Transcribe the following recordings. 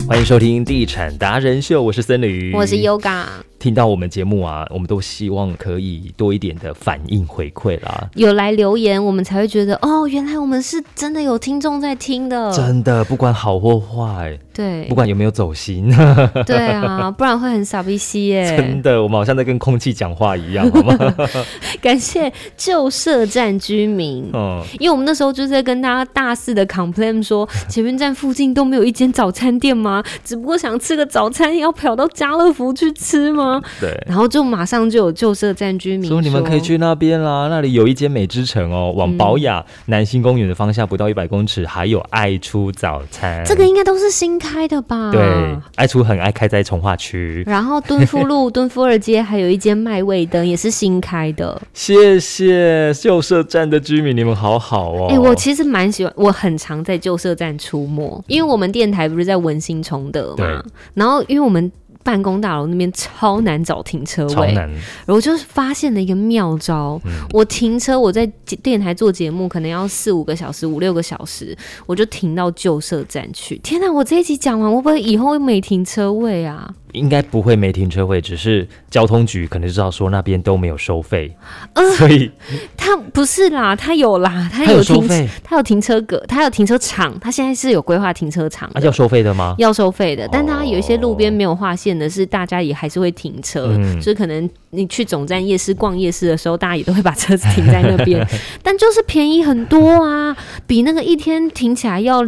欢迎收听地产达人秀，我是森驴， 我是 Yoga。 听到我们节目啊，我们都希望可以多一点的反应回馈啦， 有来留言，我们才会觉得哦，原来我们是真的有听众在听的， 真的，不管好或坏， 对， 不管有没有走心， 对啊，不然会很傻逼兮耶。 真的，我们好像在跟空气讲话一样，好吗？ 感谢旧社站居民，因为我们那时候就是在跟大家大肆的 complain 说，捷运站附近都没有一间早餐店吗？只不过想吃个早餐，要跑到家乐福去吃吗？ 对， 然后就马上就有旧社站居民说你们可以去那边啦，那里有一间美之城哦，往宝雅南新公园的方向不到100公尺，还有爱出早餐， 这个应该都是新开的吧？ 对，爱出很爱开在从化区， 然后敦富路、敦富二街还有一间麦味登也是新开的。谢谢旧社站的居民，你们好好哦。 我其实蛮喜欢，我很常在旧社站出没，因为我们电台不是在文心崇德嘛，然后因为我们办公大楼那边超难找停车位， 超难。 然后我就发现了一个妙招，我停车，我在电台做节目可能要4-5个小时、5-6个小时，我就停到旧社站去。天哪，我这一集讲完，会不会以后没停车位啊？ 应该不会没停车位，只是交通局可能知道说那边都没有收费，所以他不是啦，他有啦，他有收费，他有停车格，他有停车场，他现在是有规划停车场的， 要收费的吗？ 要收费的，但他有一些路边没有划线的，是大家也还是会停车，就是可能你去总站夜市逛夜市的时候，大家也都会把车子停在那边，但就是便宜很多啊，比那个一天停起来要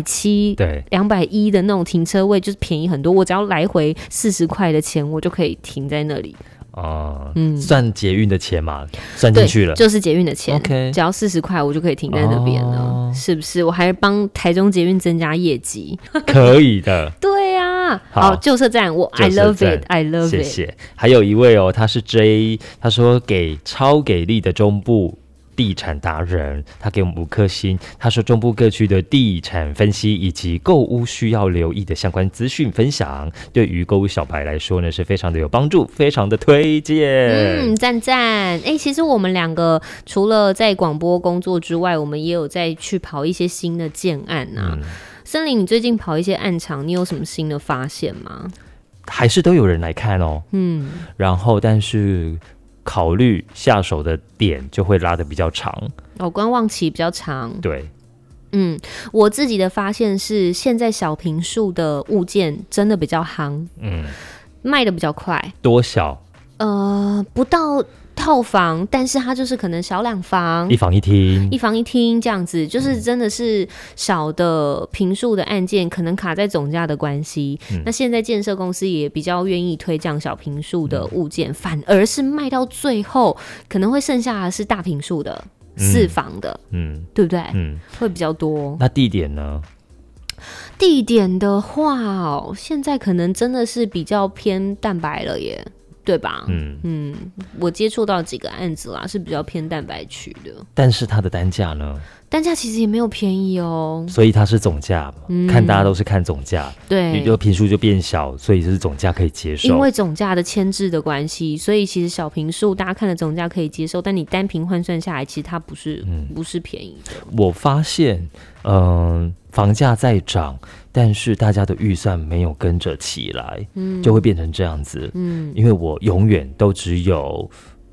270、210的那种停车位就是便宜很多，我只要来回40块的钱，我就可以停在那里。 算捷运的钱嘛，算进去了， 就是捷运的钱。 OK， 只要40块，我就可以停在那边了，是不是？我还帮台中捷运增加业绩， 可以的。 对啊，好，旧社站，I love it，I love it， 谢谢。还有一位哦，他是 J， 他说给超给力的中部地产达人，他给我们5颗星。他说中部各区的地产分析以及购屋需要留意的相关资讯分享，对于购屋小白来说呢是非常的有帮助，非常的推荐。 赞赞。其实我们2个除了在广播工作之外，我们也有在去跑一些新的建案啊。森林，你最近跑一些案场，你有什么新的发现吗？ 还是都有人来看哦。然后但是考虑下手的点就会拉得比较长， 观望期比较长。 对， 我自己的发现是，现在小坪数的物件真的比较夯，卖得比较快。 多小？ 不到套房，但是它就是可能小2房， 一房一厅这样子，就是真的是小的坪数的案件，可能卡在总价的关系。那现在建设公司也比较愿意推这样小坪数的物件，反而是卖到最后可能会剩下的是大坪数的4房的，对不对？会比较多。 那地点呢？ 地点的话，现在可能真的是比较偏蛋白了耶。对吧？我接触到几个案子啦，是比较偏蛋白区的。 但是它的单价呢？ 单价其实也没有便宜哦。 所以它是总价嘛，看大家都是看总价。对，你就坪数就变小，所以就是总价可以接受。 因为总价的牵制的关系，所以其实小坪数大家看的总价可以接受，但你单坪换算下来，其实它不是便宜的。 我发现，房价在涨，但是大家的预算没有跟着起来，就会变成这样子。因为我永远都只有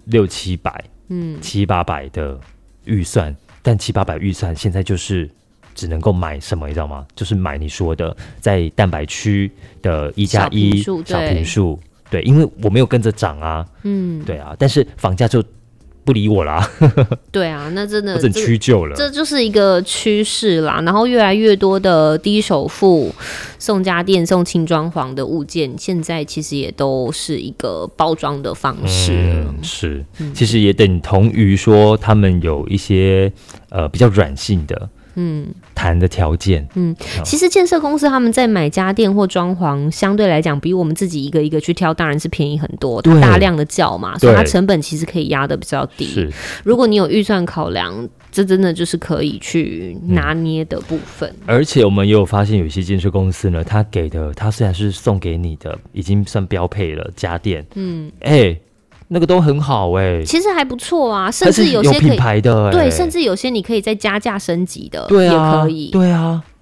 600-700、700-800的预算，但700-800预算现在就是只能够买什么，你知道吗？就是买你说的在蛋白区的1+1小坪数，对，因为我没有跟着涨啊，对啊，但是房价就不理我啦。 对啊，那真的我真屈就了， 这就是一个趋势啦。然后越来越多的低首付、送家电、送轻装潢的物件，现在其实也都是一个包装的方式了。 是，其实也等同于说他们有一些比较软性的。谈的条件。 其实建设公司他们在买家电或装潢，相对来讲比我们自己一个一个去挑，当然是便宜很多，大量的叫嘛，所以它成本其实可以压得比较低。如果你有预算考量，这真的就是可以去拿捏的部分。而且我们也有发现，有些建设公司呢，他给的，他虽然是送给你的，已经算标配了家电，那个都很好其实还不错啊，甚至有些可以有品牌的对，甚至有些你可以再加价升级的，也可以。对啊，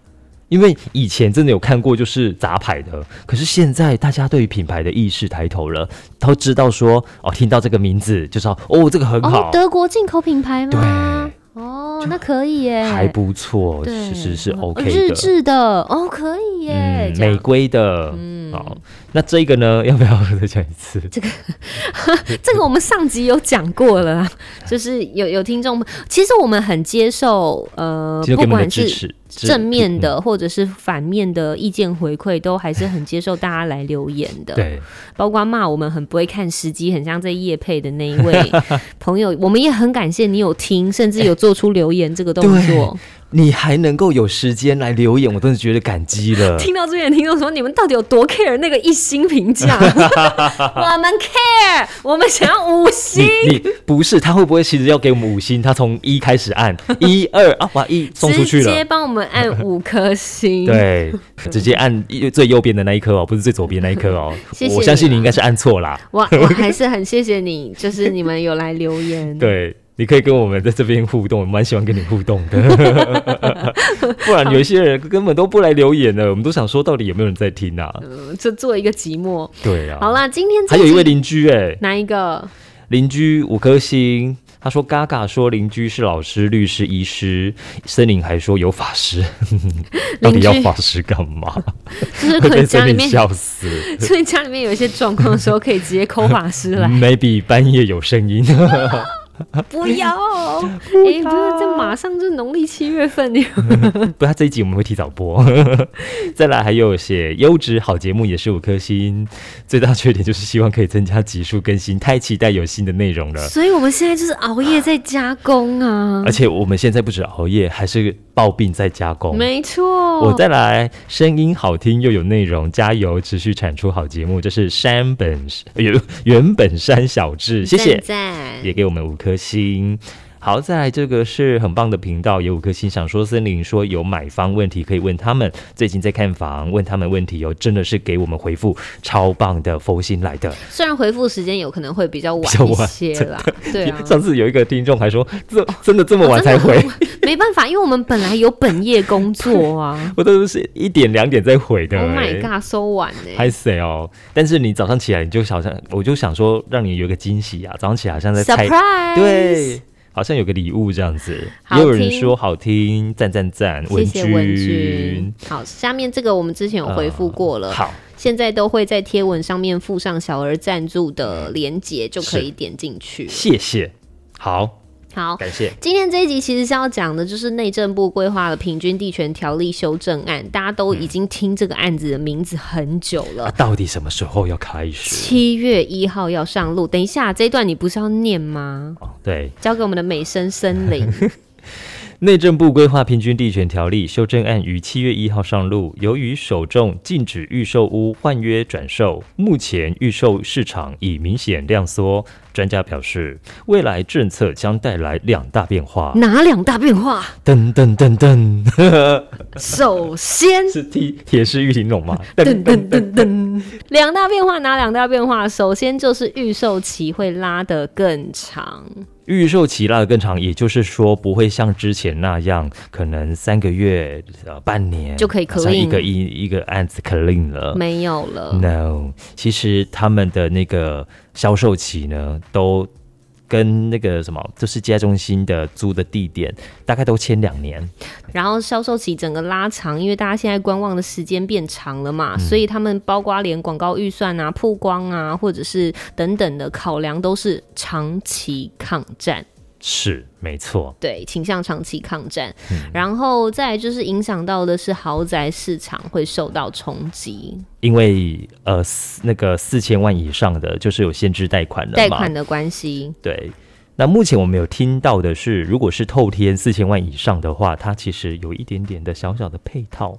因为以前真的有看过就是杂牌的，可是现在大家对于品牌的意识抬头了，都知道说听到这个名字就知道这个很好， 德国进口品牌吗？ 对。 那可以耶， 还不错，是 OK 的， 日制的可以耶， 美规的，好，那这个呢，要不要再讲一次？这个我们上集有讲过了啦，就是有听众，其实我们很接受，不管是正面的或者是反面的意见回馈，都还是很接受大家来留言的。 对， 包括骂我们很不会看时机，很像在业配的那一位朋友，我们也很感谢你有听，甚至有做出留言这个动作。 你还能够有时间来留言，我真的觉得感激了。 听到这边听众说，你们到底有多 care 那个1星评价？我们 care， 我们想要5星。 你不是他会不会其实要给我们5星？他从1开始按1、2把1送出去了， 直接帮我们按5颗星。 对，直接按最右边的那一颗不是最左边那一颗谢谢， 我相信你应该是按错啦。 我还是很谢谢你，就是你们有来留言。 对。你可以跟我们在这边互动，我蛮喜欢跟你互动的。不然有一些人根本都不来留言了，我们都想说到底有没有人在听啊？ 就做一个寂寞。 对啊。 好啦，今天还有一位邻居哪一个？ 邻居5颗星，他说嘎嘎说邻居是老师、律师、医师，森林还说有法师，到底要法师干嘛？ 就是可能家里面笑死， 所以家里面有一些状况的时候，可以直接call法师来。 Maybe 半夜有声音。 不要，不是，这马上就农历7月份不，他这一集我们会提早播。再来还有写优质好节目也是5颗星，最大缺点就是希望可以增加集数更新，太期待有新的内容了。 所以我们现在就是熬夜在加工啊， 而且我们现在不止熬夜，还是抱病在加工。 没错， 我再来，声音好听又有内容，加油，持续产出好节目。这是原本山小智，谢谢，也给我们5颗星。好，再来这个是很棒的频道，也5颗星。想说森林说有买房问题可以问他们，最近在看房，问他们问题真的是给我们回复超棒的，佛心来的。 虽然回复时间有可能会比较晚一些啦，对啊。 上次有一个听众还说，真的这么晚才回？ 没办法，因为我们本来有本业工作啊， 我都是1点2点在回的。 Oh my god， so 晚拍谁但是你早上起来，你就好像我就想说，让你有一个惊喜啊！早上起来好像在猜 surprise， 对。好像有个礼物这样子，也有人说好听，赞， 谢谢文君。好，下面这个我们之前有回复过了， 好， 现在都会在贴文上面附上小额赞助的连结，就可以点进去。 谢谢，好，感谢。 今天这一集其实是要讲的，就是内政部规划的平均地权条例修正案，大家都已经听这个案子的名字很久了。 到底什么时候要开始 ？7月1号要上路。等一下，这一段你不是要念吗？ 对， 交给我们的美声森林。 内政部规划平均地权条例修正案于7月1号上路。由于首重禁止预售屋换约转售，目前预售市场已明显量缩。专家表示，未来政策将带来2大变化。 哪2大变化？ 噔噔噔噔。 首先是铁狮玉玲珑吗？ 噔噔噔噔。2大变化，哪2大变化？首先就是预售期会拉得更长。 预售期拉得更长，也就是说不会像之前那样，可能3个月、半年就可以 clean 一个案子 clean 了， 没有了。 No， 其实他们的那个销售期呢，都跟那个什么，就是接待中心的租的地点，大概都签2年。 然后销售期整个拉长，因为大家现在观望的时间变长了嘛，所以他们包括连广告预算啊、曝光啊，或者是等等的考量，都是长期抗战。 是没错， 对，倾向长期抗战。然后再来就是影响到的是豪宅市场会受到冲击，因为那个4000万以上的就是有限制贷款的嘛， 贷款的关系。 对，那目前我们有听到的是，如果是透天4000万以上的话，它其实有一点点的小小的配套，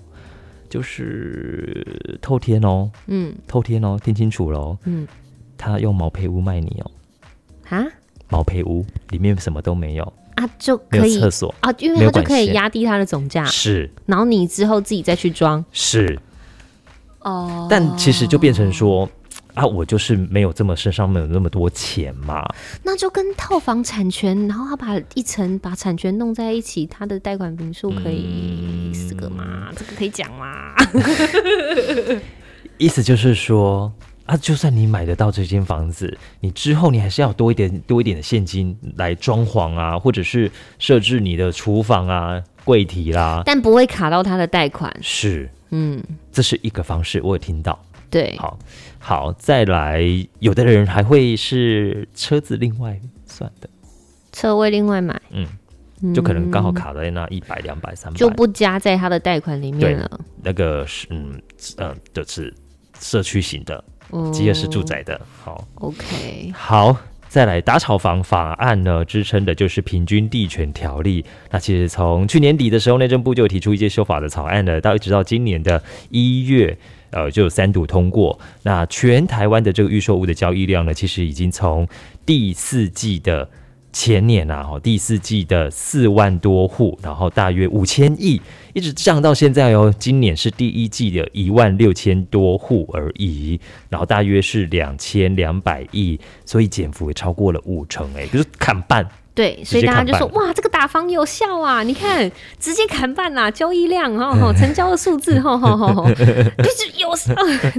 就是透天透天听清楚咯，它用毛坯屋卖你毛坯屋里面什么都没有啊，就可以没有厕所啊，因为它就可以压低它的总价， 是， 然后你之后自己再去装， 是但其实就变成说我就是没有身上没有那么多钱嘛， 那就跟套房产权，然后他把一层把产权弄在一起，他的贷款坪数可以4个嘛， 这个可以讲吗？ 意思就是说啊，就算你买得到这间房子，你之后你还是要多一点的现金来装潢啊，或者是设置你的厨房啊、柜体啦， 但不会卡到他的贷款。 是，这是一个方式，我有听到。 对， 好，再来，有的人还会是车子另外算的， 车位另外买， 就可能刚好卡在那100、200、300， 就不加在他的贷款里面了。 那个是就是社区型的，集合式住宅的。好 ，OK， 好。再来，打炒房法案呢，支撑的就是平均地权条例。那其实从去年底的时候，内政部就有提出一些修法的草案了，一直到今年的1月，就有3读通过。那全台湾的这个预售屋的交易量呢，其实已经从第4季的前年第4季的4万多户，然后大约5000亿，一直降到现在今年是第1季的16000多户而已，然后大约是2200亿，所以减幅也超过了50%，就是砍半。 对，所以大家就说哇，这个打房有效啊！你看，直接砍半啦，交易量成交的数字就是有效。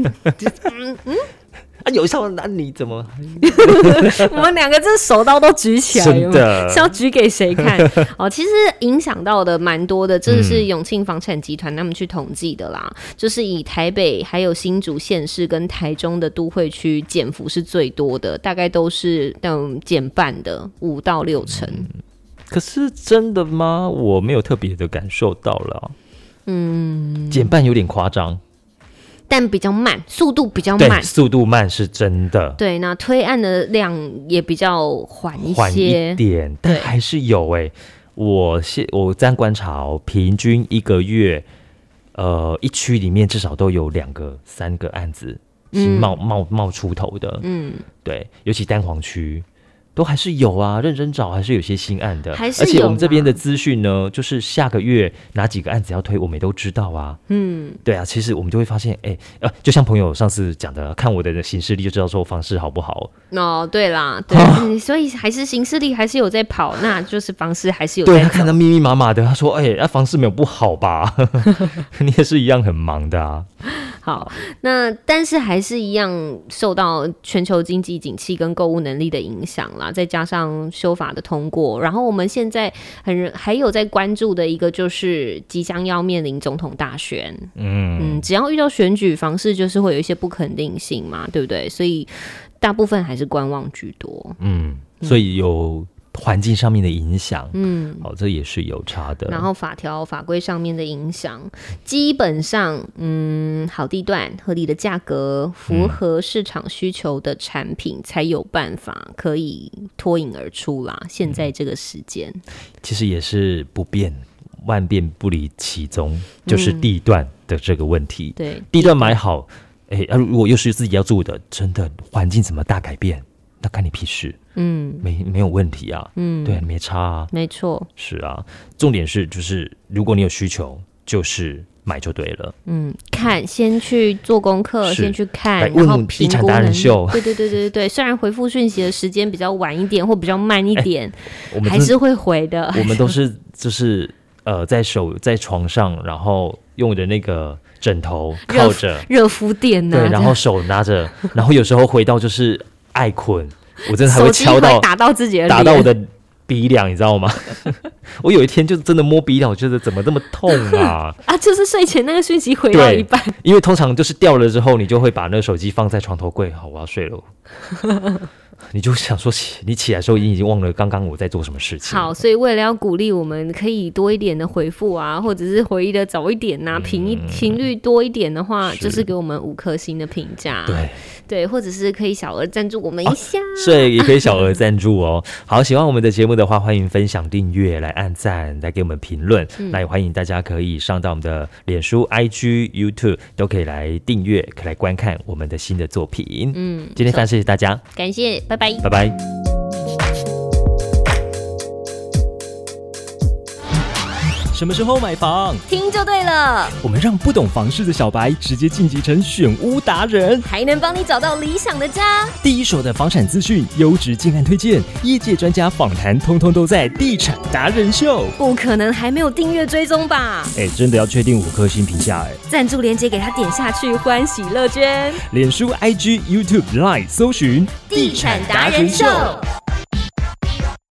有效，那你怎么？ 我们两个这手刀都举起来， 真的是要举给谁看？其实影响到的蛮多的，这是永庆房产集团他们去统计的啦，就是以台北还有新竹县市跟台中的都会区减幅是最多的，大概都是减半的5到6成。 可是真的吗？我没有特别的感受到了。减半有点夸张。 但比较慢，速度比较慢， 对，速度慢是真的。 对，那推案的量也比较缓一点，但还是有我这样观察平均1个月，一区里面至少都有2个、3个案子冒出头的。对，尤其单黄区。都还是有啊，认真找还是有些新案的， 还是有。 而且我们这边的资讯呢，就是下个月哪几个案子要推，我们也都知道啊。对啊，其实我们就会发现，就像朋友上次讲的，看我的行事历就知道说房市好不好。 对啦，对，所以还是行事历还是有在跑，那就是房市还是有在跑。 对，他看到密密麻麻的，他说，房市没有不好吧？你也是一样很忙的啊。 好，那但是还是一样受到全球经济景气跟购物能力的影响啦，再加上修法的通过，然后我们现在还有在关注的一个就是即将要面临总统大选，只要遇到选举，房市就是会有一些不肯定性嘛，对不对？所以大部分还是观望居多。 所以有环境上面的影响，这也是有差的。 然后法条法规上面的影响，基本上，好地段、合理的价格、符合市场需求的产品，才有办法可以脱颖而出啦。现在这个时间， 其实也是不变，万变不离其宗，就是地段的这个问题。 对， 地段买好，如果又是自己要住的，真的环境怎么大改变？那干你屁事，没有问题啊，对，没差啊， 没错， 是啊，重点是就是如果你有需求，就是买就对了， 先去做功课，先去看， 然后评估达人秀， 对，虽然回复讯息的时间比较晚一点或比较慢一点，还是会回的。 我们都是就是在床上，然后用的那个枕头靠着热敷垫对，然后手拿着，然后有时候回到就是爱睏，我真的还会敲到打到自己的脸， 打到我的鼻梁，你知道吗？我有一天就真的摸鼻梁，我觉得怎么这么痛啊！ 就是睡前那个讯息回到一半， 因为通常就是掉了之后，你就会把那个手机放在床头柜，好，我要睡了。你就想说你起来的时候已经忘了刚刚我在做什么事情。 好，所以为了要鼓励我们可以多一点的回复啊，或者是回忆的早一点啊，频率多一点的话，就是给我们5颗星的评价。对，或者是可以小额赞助我们一下， 对，也可以小额赞助哦。好，喜欢我们的节目的话，欢迎分享、订阅、来按赞、来给我们评论。那也欢迎大家可以上到我们的脸书、IG、YouTube 都可以来订阅，可以来观看我们的新的作品。今天非常谢谢大家， 感谢，拜拜， 拜拜。 什么时候买房？ 听就对了， 我们让不懂房市的小白直接晋级成选屋达人， 还能帮你找到理想的家。 第一手的房产资讯、优质建案推荐、业界专家访谈，通通都在地产达人秀。 不可能还没有订阅追踪吧？ 真的要确定5颗星评价。 赞助连结给他点下去，欢喜乐捐。 脸书、IG、YouTube、Line 搜寻地产达人秀。